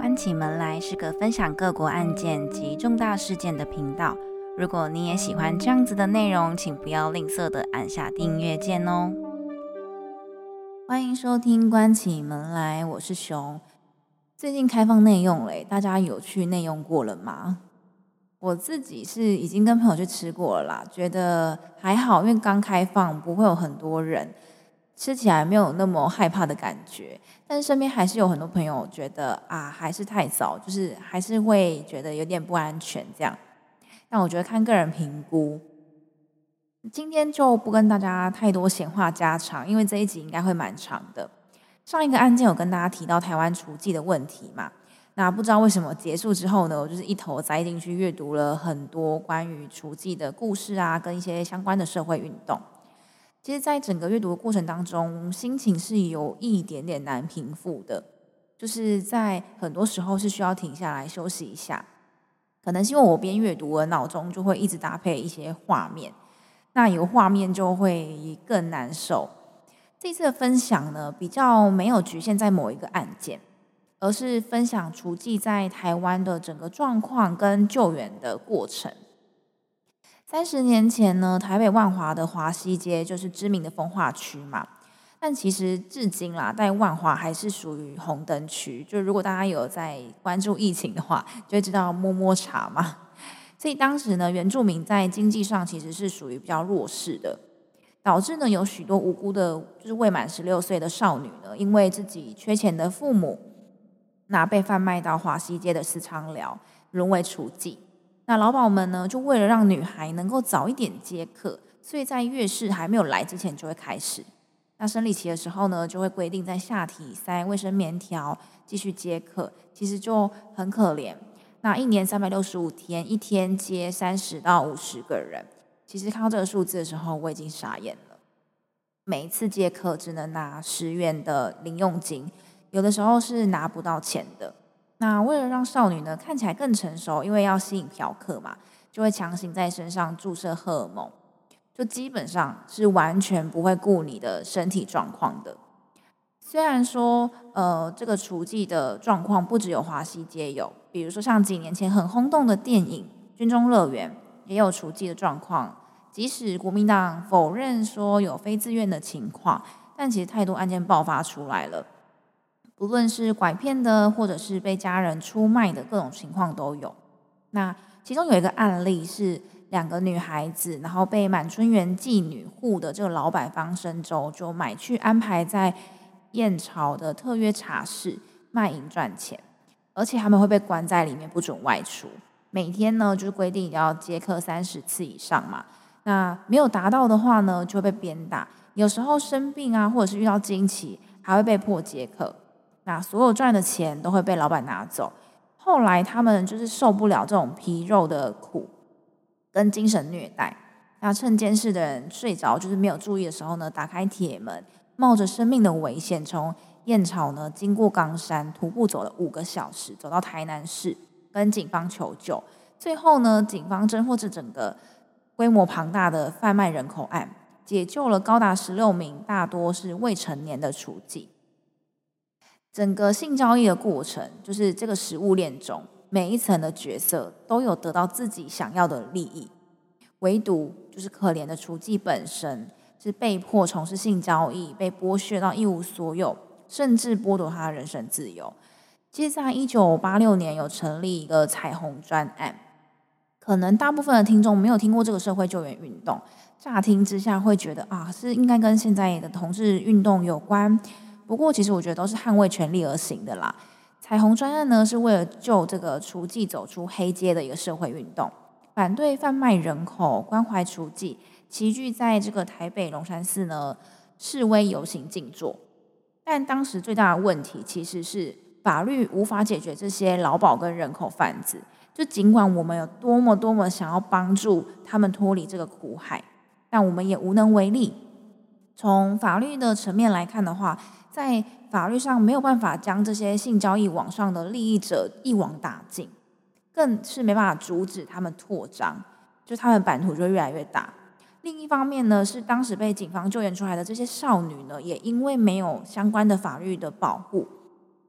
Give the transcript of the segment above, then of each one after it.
关起门来是个分享各国案件及重大事件的频道。如果你也喜欢这样子的内容，请不要吝啬的按下订阅键哦。欢迎收听关起门来，我是熊。最近开放内用了，大家有去内用过了吗？我自己是已经跟朋友去吃过了啦，觉得还好，因为刚开放不会有很多人，吃起来没有那么害怕的感觉。但是身边还是有很多朋友觉得还是太早，就是还是会觉得有点不安全这样。但我觉得看个人评估。今天就不跟大家太多闲话家常，因为这一集应该会蛮长的。上一个案件有跟大家提到台湾厨妓的问题嘛，那不知道为什么结束之后呢，我就是一头栽进去阅读了很多关于厨妓的故事跟一些相关的社会运动。其实在整个阅读的过程当中，心情是有一点点难平复的，就是在很多时候是需要停下来休息一下。可能是因为我边阅读，我脑中就会一直搭配一些画面，那有画面就会更难受。这次的分享呢，比较没有局限在某一个案件，而是分享厨妓在台湾的整个状况跟救援的过程。30年前呢，台北万华的华西街就是知名的风化区嘛，但其实至今啦，在万华还是属于红灯区。就如果大家有在关注疫情的话，就会知道摸摸茶嘛。所以当时呢，原住民在经济上其实是属于比较弱势的，导致呢有许多无辜的，就是未满16岁的少女呢，因为自己缺钱的父母，那被贩卖到华西街的私娼寮，沦为雏妓。那老鸨们呢，就为了让女孩能够早一点接客，所以在月事还没有来之前就会开始。那生理期的时候呢，就会规定在下体塞卫生棉条，继续接客，其实就很可怜。那一年365天，一天接30到50个人。其实看到这个数字的时候，我已经傻眼了。每一次接客只能拿10元的零用金，有的时候是拿不到钱的。那为了让少女呢看起来更成熟，因为要吸引嫖客嘛，就会强行在身上注射荷尔蒙，就基本上是完全不会顾你的身体状况的。虽然说这个厨妓的状况不只有华西街有，比如说像几年前很轰动的电影《军中乐园》也有厨妓的状况。即使国民党否认说有非自愿的情况，但其实太多案件爆发出来了。不论是拐骗的，或者是被家人出卖的各种情况都有。那其中有一个案例是2个女孩子，然后被满春园妓女户的这个老板方申洲就买去安排在燕巢的特约茶室卖淫赚钱，而且他们会被关在里面不准外出。每天呢就是规定要接客30次以上嘛，那没有达到的话呢就会被鞭打，有时候生病或者是遇到经期还会被迫接客。那所有赚的钱都会被老板拿走。后来他们就是受不了这种皮肉的苦跟精神虐待，那趁监视的人睡着，就是没有注意的时候呢，打开铁门，冒着生命的危险，从燕巢呢经过冈山，徒步走了5个小时，走到台南市跟警方求救。最后呢，警方侦获这整个规模庞大的贩卖人口案，解救了高达16名，大多是未成年的雏妓。整个性交易的过程，就是这个食物链中每一层的角色都有得到自己想要的利益，唯独就是可怜的雏妓本身是被迫从事性交易，被剥削到一无所有，甚至剥夺他的人身自由。其实在1986年有成立一个彩虹专案，可能大部分的听众没有听过这个社会救援运动，乍听之下会觉得是应该跟现在的同志运动有关。不过其实我觉得都是捍卫权利而行的啦。彩虹专案呢是为了救这个雏妓走出黑街的一个社会运动，反对贩卖人口，关怀雏妓，齐聚在这个台北龙山寺呢示威游行静坐。但当时最大的问题其实是法律无法解决这些劳保跟人口贩子，就尽管我们有多么想要帮助他们脱离这个苦海，但我们也无能为力。从法律的层面来看的话，在法律上没有办法将这些性交易网上的利益者一网打尽，更是没办法阻止他们扩张，就他们版图就越来越大。另一方面呢，是当时被警方救援出来的这些少女呢，也因为没有相关的法律的保护，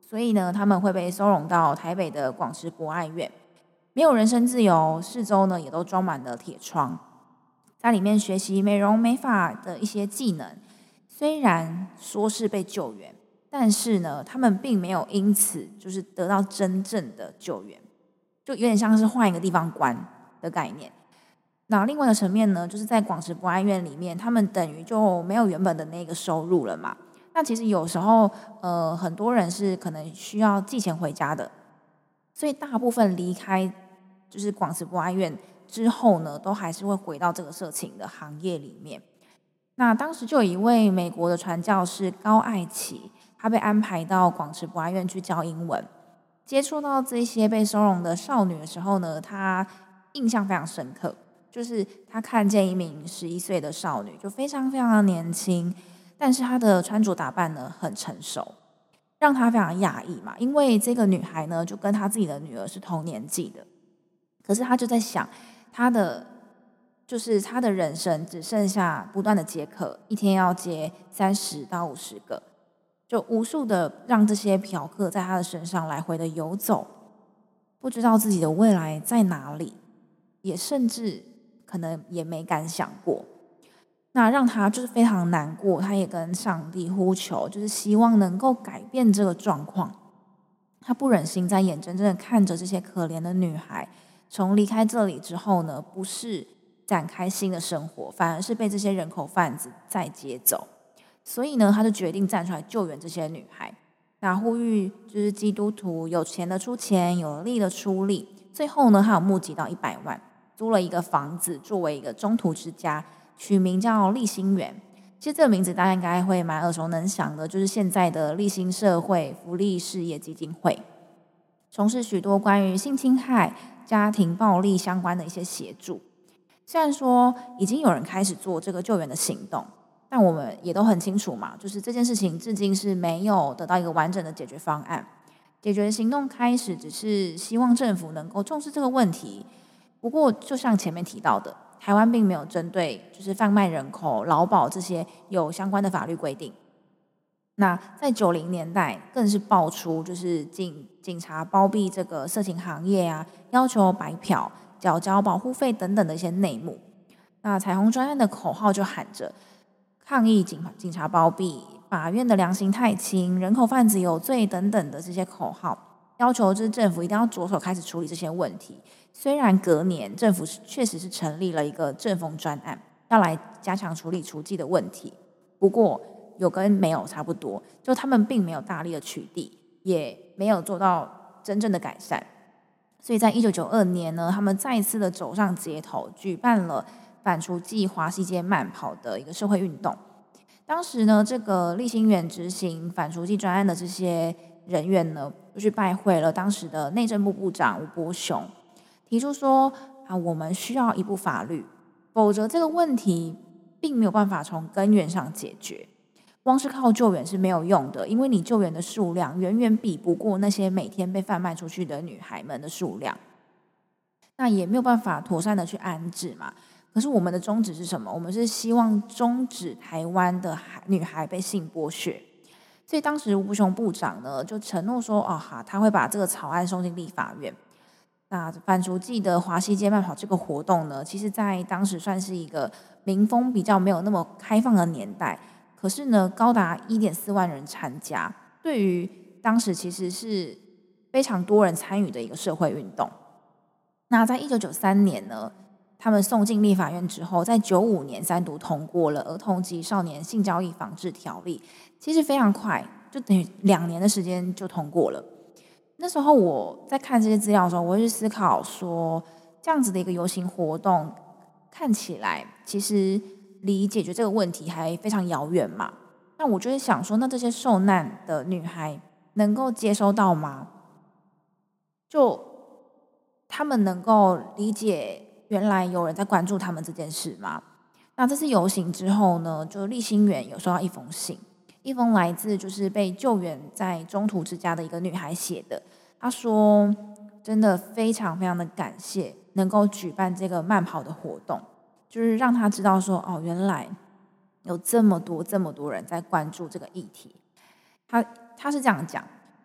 所以呢，他们会被收容到台北的广慈博爱院，没有人身自由，四周呢也都装满了铁窗，在里面学习美容美发的一些技能。虽然说是被救援，但是呢，他们并没有因此就是得到真正的救援，就有点像是换一个地方关的概念。那另外一个层面呢，就是在广慈博爱院里面，他们等于就没有原本的那个收入了嘛。那其实有时候，很多人是可能需要寄钱回家的，所以大部分离开就是广慈博爱院之后呢，都还是会回到这个色情的行业里面。那当时就有一位美国的传教士高爱琪，他被安排到广慈博爱院去教英文。接触到这些被收容的少女的时候呢，他印象非常深刻，就是他看见一名11岁的少女，就非常非常的年轻，但是她的穿着打扮呢很成熟，让他非常讶异嘛，因为这个女孩呢就跟他自己的女儿是同年纪的，可是他就在想，他的他的人生只剩下不断的接客，一天要接30到50个，就无数的让这些嫖客在他的身上来回的游走，不知道自己的未来在哪里，也甚至可能也没敢想过。那让他就是非常难过，他也跟上帝呼求，就是希望能够改变这个状况。他不忍心在眼睁睁的看着这些可怜的女孩从离开这里之后呢，不是展开新的生活，反而是被这些人口贩子再接走。所以呢，他就决定站出来救援这些女孩。那呼吁就是基督徒有钱的出钱，有力的出力。最后呢，他有募集到100万，租了一个房子作为一个中途之家，取名叫立新园。其实这个名字大家应该会蛮耳熟能详的，就是现在的立新社会福利事业基金会，从事许多关于性侵害、家庭暴力相关的一些协助。虽然说已经有人开始做这个救援的行动，但我们也都很清楚嘛，就是这件事情至今是没有得到一个完整的解决方案。解决行动开始只是希望政府能够重视这个问题。不过就像前面提到的，台湾并没有针对就是贩卖人口、劳保这些有相关的法律规定。那在90年代更是爆出就是警察包庇这个色情行业啊，要求白嫖、缴交保护费等等的一些内幕。那彩虹专案的口号就喊着抗议警察包庇、法院的良心太轻、人口贩子有罪等等的这些口号，要求就是政府一定要着手开始处理这些问题。虽然隔年政府确实是成立了一个政风专案，要来加强处理雏妓的问题，不过有跟没有差不多，就他们并没有大力的取缔，也没有做到真正的改善。所以在1992年呢，他们再一次的走上街头，举办了反雏妓华西街慢跑的一个社会运动。当时呢，这个立新园执行反雏妓专案的这些人员呢，就去拜会了当时的内政部部长吴伯雄，提出说我们需要一部法律，否则这个问题并没有办法从根源上解决。光是靠救援是没有用的，因为你救援的数量远远比不过那些每天被贩卖出去的女孩们的数量，那也没有办法妥善的去安置嘛。可是我们的宗旨是什么？我们是希望终止台湾的女孩被性剥削。所以当时吴伯雄部长呢就承诺说，他会把这个草案送进立法院。那反雏妓的华西街慢跑这个活动呢，其实在当时算是一个民风比较没有那么开放的年代，可是呢高达1.4万人参加，对于当时其实是非常多人参与的一个社会运动。那在1993年呢，他们送进立法院之后，在95年3读通过了《儿童及少年性交易防治条例》，其实非常快，就等于2年的时间就通过了。那时候我在看这些资料的时候，我会去思考说，这样子的一个游行活动，看起来其实离解决这个问题还非常遥远嘛。那我就会想说，那这些受难的女孩能够接收到吗？就他们能够理解原来有人在关注他们这件事吗？那这次游行之后呢，就立新园有收到一封信，一封来自就是被救援在中途之家的一个女孩写的。她说真的非常非常的感谢能够举办这个慢跑的活动，就是让她知道说原来有这么多人在关注这个议题。她是这样讲，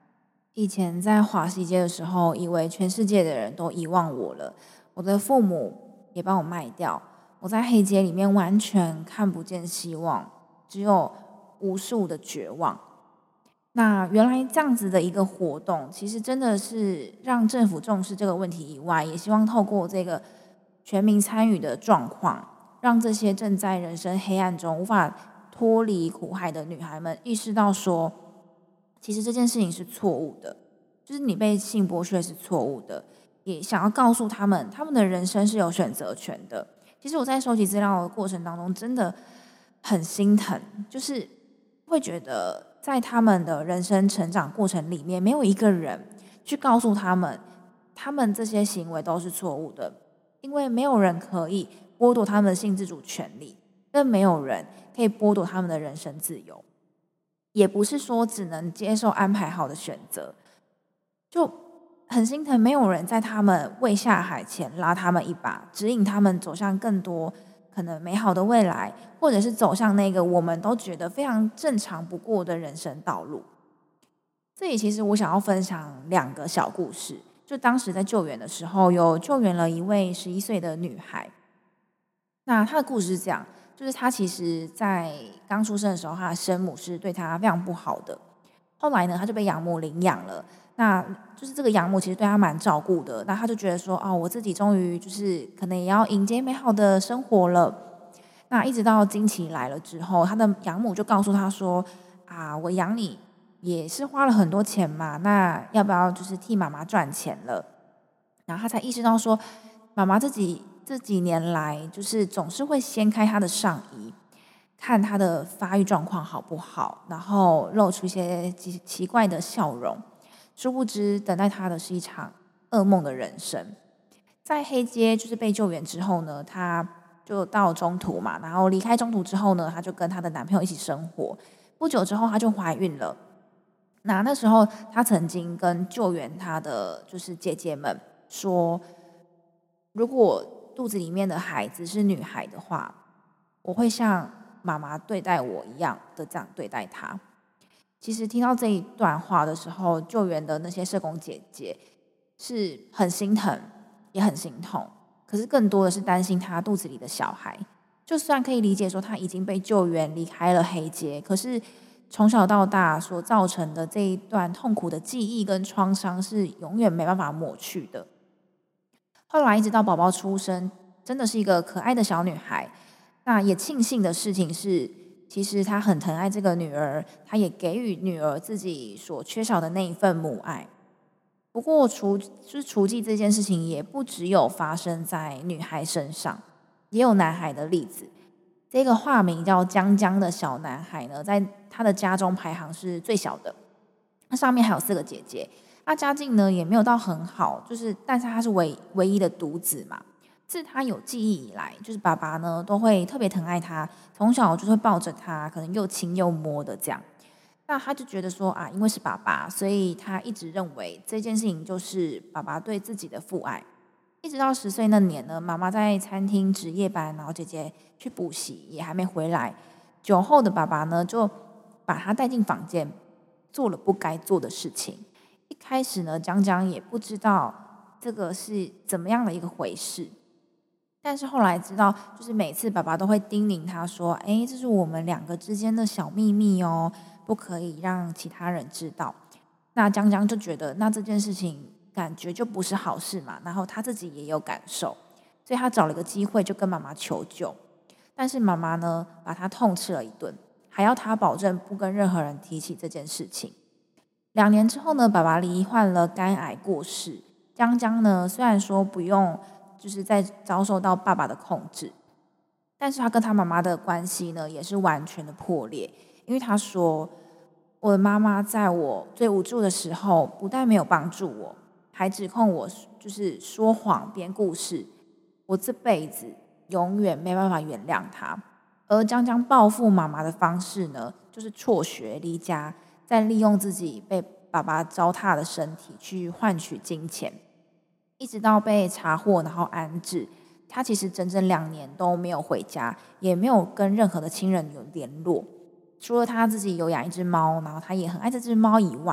以前在华西街的时候，以为全世界的人都遗忘我了，我的父母也把我卖掉，我在黑街里面完全看不见希望，只有无数的绝望。那原来这样子的一个活动，其实真的是让政府重视这个问题以外，也希望透过这个全民参与的状况，让这些正在人生黑暗中无法脱离苦海的女孩们意识到说，其实这件事情是错误的，就是你被性剥削是错误的，也想要告诉他们，他们的人生是有选择权的。其实我在收集资料的过程当中，真的很心疼，就是会觉得在他们的人生成长过程里面，没有一个人去告诉他们，他们这些行为都是错误的，因为没有人可以剥夺他们的性自主权利，更没有人可以剥夺他们的人身自由，也不是说只能接受安排好的选择，就很心疼，没有人在他们未下海前拉他们一把，指引他们走向更多可能美好的未来，或者是走向那个我们都觉得非常正常不过的人生道路。这里其实我想要分享2个小故事，就当时在救援的时候，有救援了一位11岁的女孩。那她的故事是这样，就是她其实在刚出生的时候，她的生母是对她非常不好的。后来呢，她就被养母领养了。那就是这个养母其实对她蛮照顾的。那她就觉得说，哦，我自己终于就是可能也要迎接美好的生活了。那一直到经期来了之后，她的养母就告诉她说，啊，我养你也是花了很多钱嘛，那要不要就是替妈妈赚钱了？然后她才意识到说，妈妈这几年来，就是总是会掀开她的上衣，看她的发育状况好不好，然后露出一些奇怪的笑容。殊不知，等待她的是一场噩梦的人生。在黑街就是被救援之后呢，她就到中途嘛，然后离开中途之后呢，她就跟她的男朋友一起生活。不久之后，她就怀孕了。那时候，她曾经跟救援她的就是姐姐们说，如果肚子里面的孩子是女孩的话，我会像妈妈对待我一样的这样对待她。其实听到这一段话的时候，救援的那些社工姐姐是很心疼，也很心痛，可是更多的是担心她肚子里的小孩。就算可以理解说她已经被救援离开了黑街，可是从小到大所造成的这一段痛苦的记忆跟创伤是永远没办法抹去的。后来一直到宝宝出生，真的是一个可爱的小女孩。那也庆幸的事情是，其实她很疼爱这个女儿，她也给予女儿自己所缺少的那一份母爱。不过雏妓这件事情也不只有发生在女孩身上，也有男孩的例子。这个化名叫江江的小男孩呢，在他的家中排行是最小的，那上面还有4个姐姐。他家境呢也没有到很好，但是他是唯一的独子嘛。自他有记忆以来，就是爸爸呢都会特别疼爱他，从小就会抱着他，可能又亲又摸的这样。那他就觉得说啊，因为是爸爸，所以他一直认为这件事情就是爸爸对自己的父爱。一直到10岁那年呢，妈妈在餐厅值夜班，然后姐姐去补习，也还没回来。酒后的爸爸呢，就把他带进房间，做了不该做的事情。一开始呢，江江也不知道这个是怎么样的一个回事，但是后来知道，就是每次爸爸都会叮咛他说：“哎，这是我们2个之间的小秘密哦，不可以让其他人知道。”那江江就觉得，那这件事情感觉就不是好事嘛，然后他自己也有感受，所以他找了个机会就跟妈妈求救。但是妈妈呢，把他痛斥了一顿，还要他保证不跟任何人提起这件事情。2年之后呢，爸爸罹患了肝癌过世。江江呢，虽然说不用就是在遭受到爸爸的控制，但是他跟他妈妈的关系呢，也是完全的破裂。因为他说，我的妈妈在我最无助的时候，不但没有帮助我，还指控我就是说谎编故事。我这辈子永远没办法原谅他。而江江报复妈妈的方式呢，就是辍学离家，再利用自己被爸爸糟蹋的身体去换取金钱，一直到被查获然后安置。他其实整整2年都没有回家，也没有跟任何的亲人有联络。除了他自己有养一只猫，然后他也很爱这只猫以外，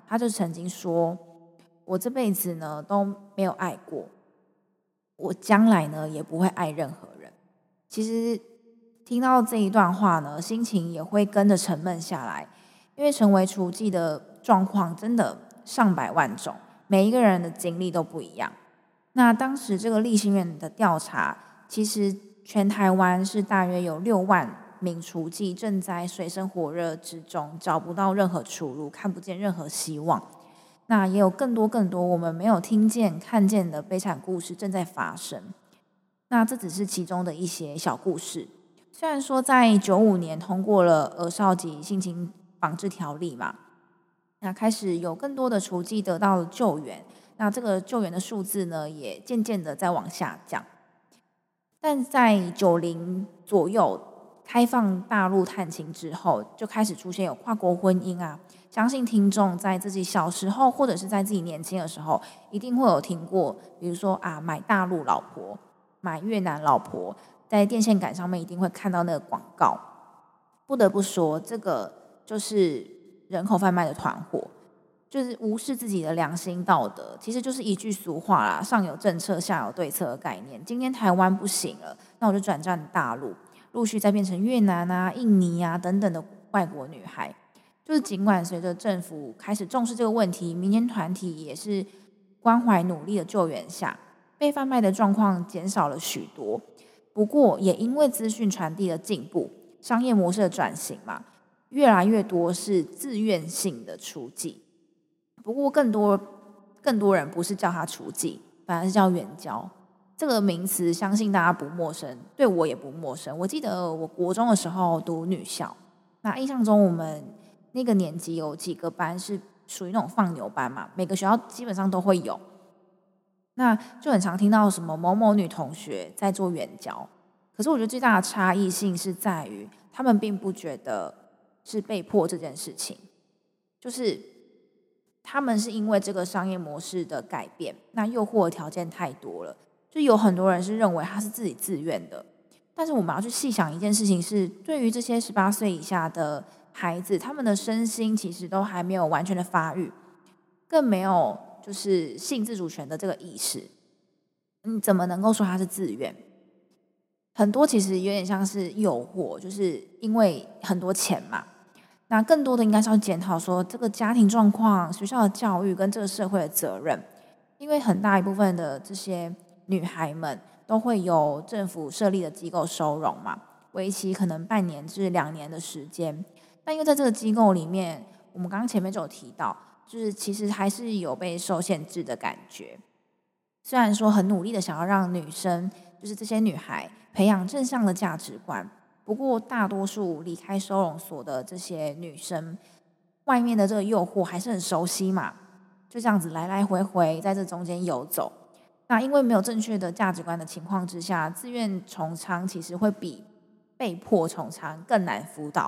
他就曾经说：我这辈子呢都没有爱过，我将来呢也不会爱任何人。其实听到这一段话呢，心情也会跟着沉闷下来，因为成为厨妓的状况真的上百万种，每一个人的经历都不一样。那当时这个立新院的调查，其实全台湾是大约有6万名厨妓正在水深火热之中，找不到任何出路，看不见任何希望。那也有更多我们没有听见、看见的悲惨故事正在发生。那这只是其中的一些小故事。虽然说在95年通过了儿少及性侵防治条例嘛，那开始有更多的厨妓得到了救援，那这个救援的数字呢，也渐渐的在往下降。但在90左右开放大陆探亲之后，就开始出现有跨国婚姻啊。相信听众在自己小时候或者是在自己年轻的时候，一定会有听过，比如说买大陆老婆、买越南老婆，在电线杆上面一定会看到那个广告。不得不说，这个就是人口贩卖的团伙，就是无视自己的良心道德，其实就是一句俗话啦，上有政策下有对策的概念。今天台湾不行了，那我就转战大陆，陆续再变成越南啊、印尼啊等等的外国女孩。就是尽管随着政府开始重视这个问题，民间团体也是关怀努力的救援下，被贩卖的状况减少了许多。不过也因为资讯传递的进步，商业模式的转型嘛，越来越多是自愿性的出妓。不过更多人不是叫它厨妓，反而是叫援交。这个名词相信大家不陌生，对我也不陌生。我记得我国中的时候读女校，那印象中我们那个年级有几个班是属于那种放牛班嘛，每个学校基本上都会有。那就很常听到什么某某女同学在做援交，可是我觉得最大的差异性是在于，他们并不觉得是被迫这件事情，就是他们是因为这个商业模式的改变，那诱惑的条件太多了，就有很多人是认为他是自己自愿的。但是我们要去细想一件事情是，对于这些18岁以下的孩子，他们的身心其实都还没有完全的发育，更没有就是性自主权的这个意识。你怎么能够说他是自愿？很多其实有点像是诱惑，就是因为很多钱嘛。那更多的应该是要检讨说这个家庭状况、学校的教育跟这个社会的责任，因为很大一部分的这些女孩们都会有政府设立的机构收容嘛，为期可能半年至2年的时间。但因为在这个机构里面，我们刚刚前面就有提到，就是其实还是有被受限制的感觉。虽然说很努力的想要让女生，就是这些女孩培养正向的价值观，不过大多数离开收容所的这些女生，外面的这个诱惑还是很熟悉嘛，就这样子来来回回在这中间游走。那因为没有正确的价值观的情况之下，自愿从娼其实会比被迫从娼更难辅导。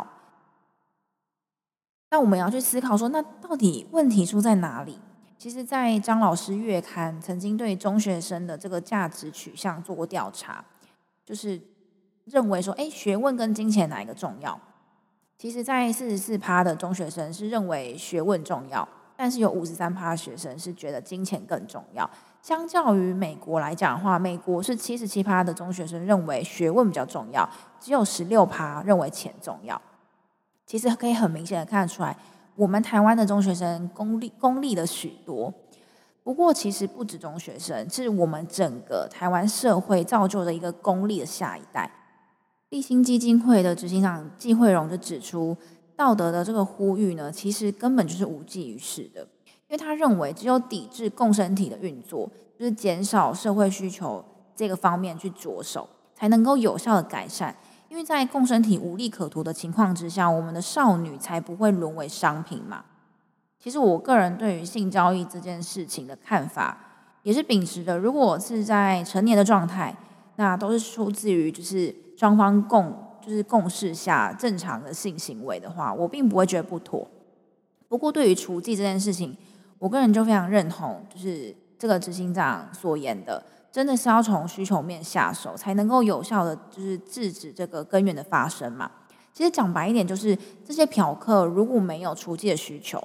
那我们要去思考说，那到底问题出在哪里？其实在张老师月刊曾经对中学生的这个价值取向做过调查，就是认为说，学问跟金钱哪一个重要？其实在44%的中学生是认为学问重要，但是有53%的学生是觉得金钱更重要。相较于美国来讲的话，美国是77%的中学生认为学问比较重要，只有16%认为钱重要。其实可以很明显的看得出来，我们台湾的中学生功利了许多。不过其实不止中学生，是我们整个台湾社会造就的一个功利的下一代。立新基金会的执行长季惠荣就指出，道德的这个呼吁呢，其实根本就是无济于事的，因为他认为只有抵制共生体的运作，就是减少社会需求这个方面去着手，才能够有效的改善。因为在共生体无利可图的情况之下，我们的少女才不会沦为商品嘛。其实我个人对于性交易这件事情的看法，也是秉持的，如果是在成年的状态，那都是出自于就是双方共识下正常的性行为的话，我并不会觉得不妥。不过对于雏妓这件事情，我个人就非常认同，就是这个执行长所言的，真的是要从需求面下手，才能够有效的就是制止这个根源的发生嘛。其实讲白一点，就是这些嫖客如果没有雏妓的需求，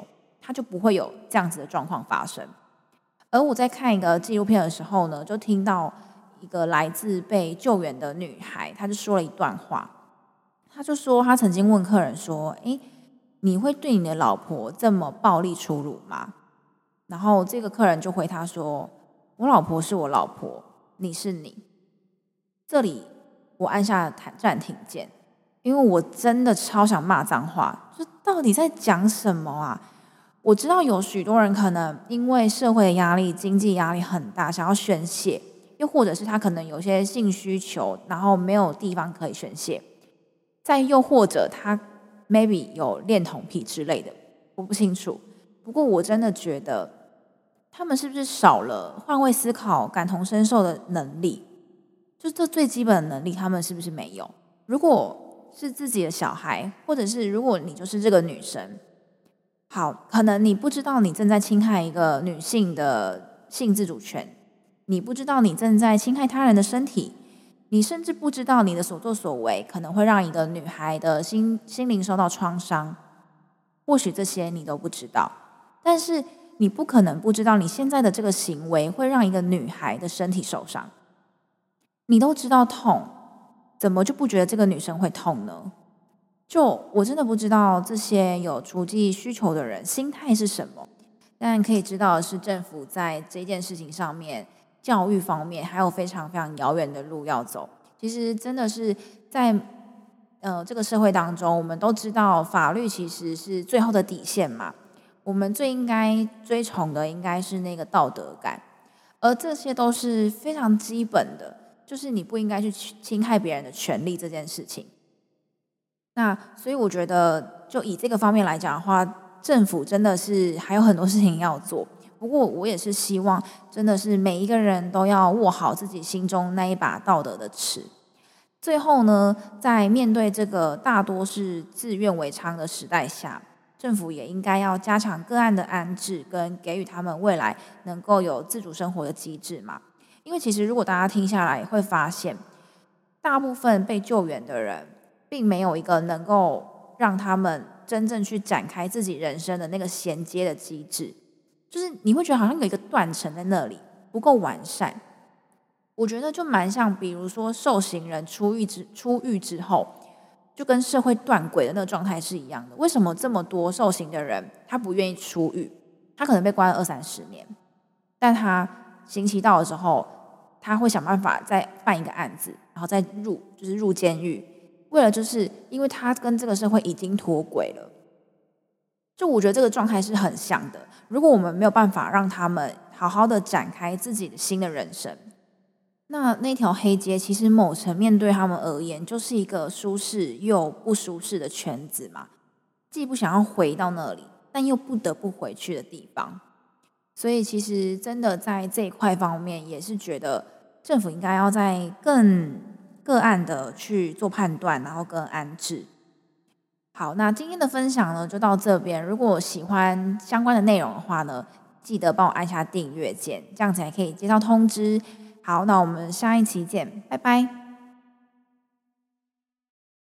它就不会有这样子的状况发生。而我在看一个纪录片的时候呢，就听到一个来自被救援的女孩，她就说了一段话。她就说她曾经问客人说：你会对你的老婆这么暴力出辱吗？然后这个客人就回她说：我老婆是我老婆，你是你。这里我按下暂停键，因为我真的超想骂脏话，就到底在讲什么啊？我知道有许多人可能因为社会的压力、经济压力很大，想要宣泄，又或者是他可能有些性需求，然后没有地方可以宣泄，再又或者他 maybe 有恋童癖之类的，我不清楚。不过我真的觉得他们是不是少了换位思考、感同身受的能力？就这最基本的能力，他们是不是没有？如果是自己的小孩，或者是如果你就是这个女生，好，可能你不知道你正在侵害一个女性的性自主权，你不知道你正在侵害他人的身体，你甚至不知道你的所作所为可能会让一个女孩的心灵受到创伤。或许这些你都不知道，但是你不可能不知道你现在的这个行为会让一个女孩的身体受伤。你都知道痛，怎么就不觉得这个女生会痛呢？就我真的不知道这些有足迹需求的人心态是什么，但可以知道的是，政府在这件事情上面，教育方面还有非常非常遥远的路要走。其实真的是在这个社会当中，我们都知道法律其实是最后的底线嘛，我们最应该追崇的应该是那个道德感，而这些都是非常基本的，就是你不应该去侵害别人的权利这件事情。那所以我觉得，就以这个方面来讲的话，政府真的是还有很多事情要做。不过我也是希望，真的是每一个人都要握好自己心中那一把道德的尺。最后呢，在面对这个大多是自愿为娼的时代下，政府也应该要加强个案的安置，跟给予他们未来能够有自主生活的机制嘛。因为其实如果大家听下来会发现，大部分被救援的人并没有一个能够让他们真正去展开自己人生的那个衔接的机制，就是你会觉得好像有一个断层在那里，不够完善。我觉得就蛮像，比如说受刑人出狱之后，就跟社会断轨的那个状态是一样的。为什么这么多受刑的人他不愿意出狱？他可能被关了20-30年，但他刑期到了之后，他会想办法再办一个案子，然后再入监狱。为了就是因为他跟这个社会已经脱轨了，就我觉得这个状态是很像的。如果我们没有办法让他们好好的展开自己的新的人生，那条黑街其实某层面对他们而言就是一个舒适又不舒适的圈子嘛，既不想要回到那里，但又不得不回去的地方。所以其实真的在这一块方面也是觉得政府应该要在更个案的去做判断，然后跟安置。好，那今天的分享呢就到这边。如果喜欢相关的内容的话呢，记得帮我按下订阅键，这样子才可以接到通知。好，那我们下一期见，拜拜。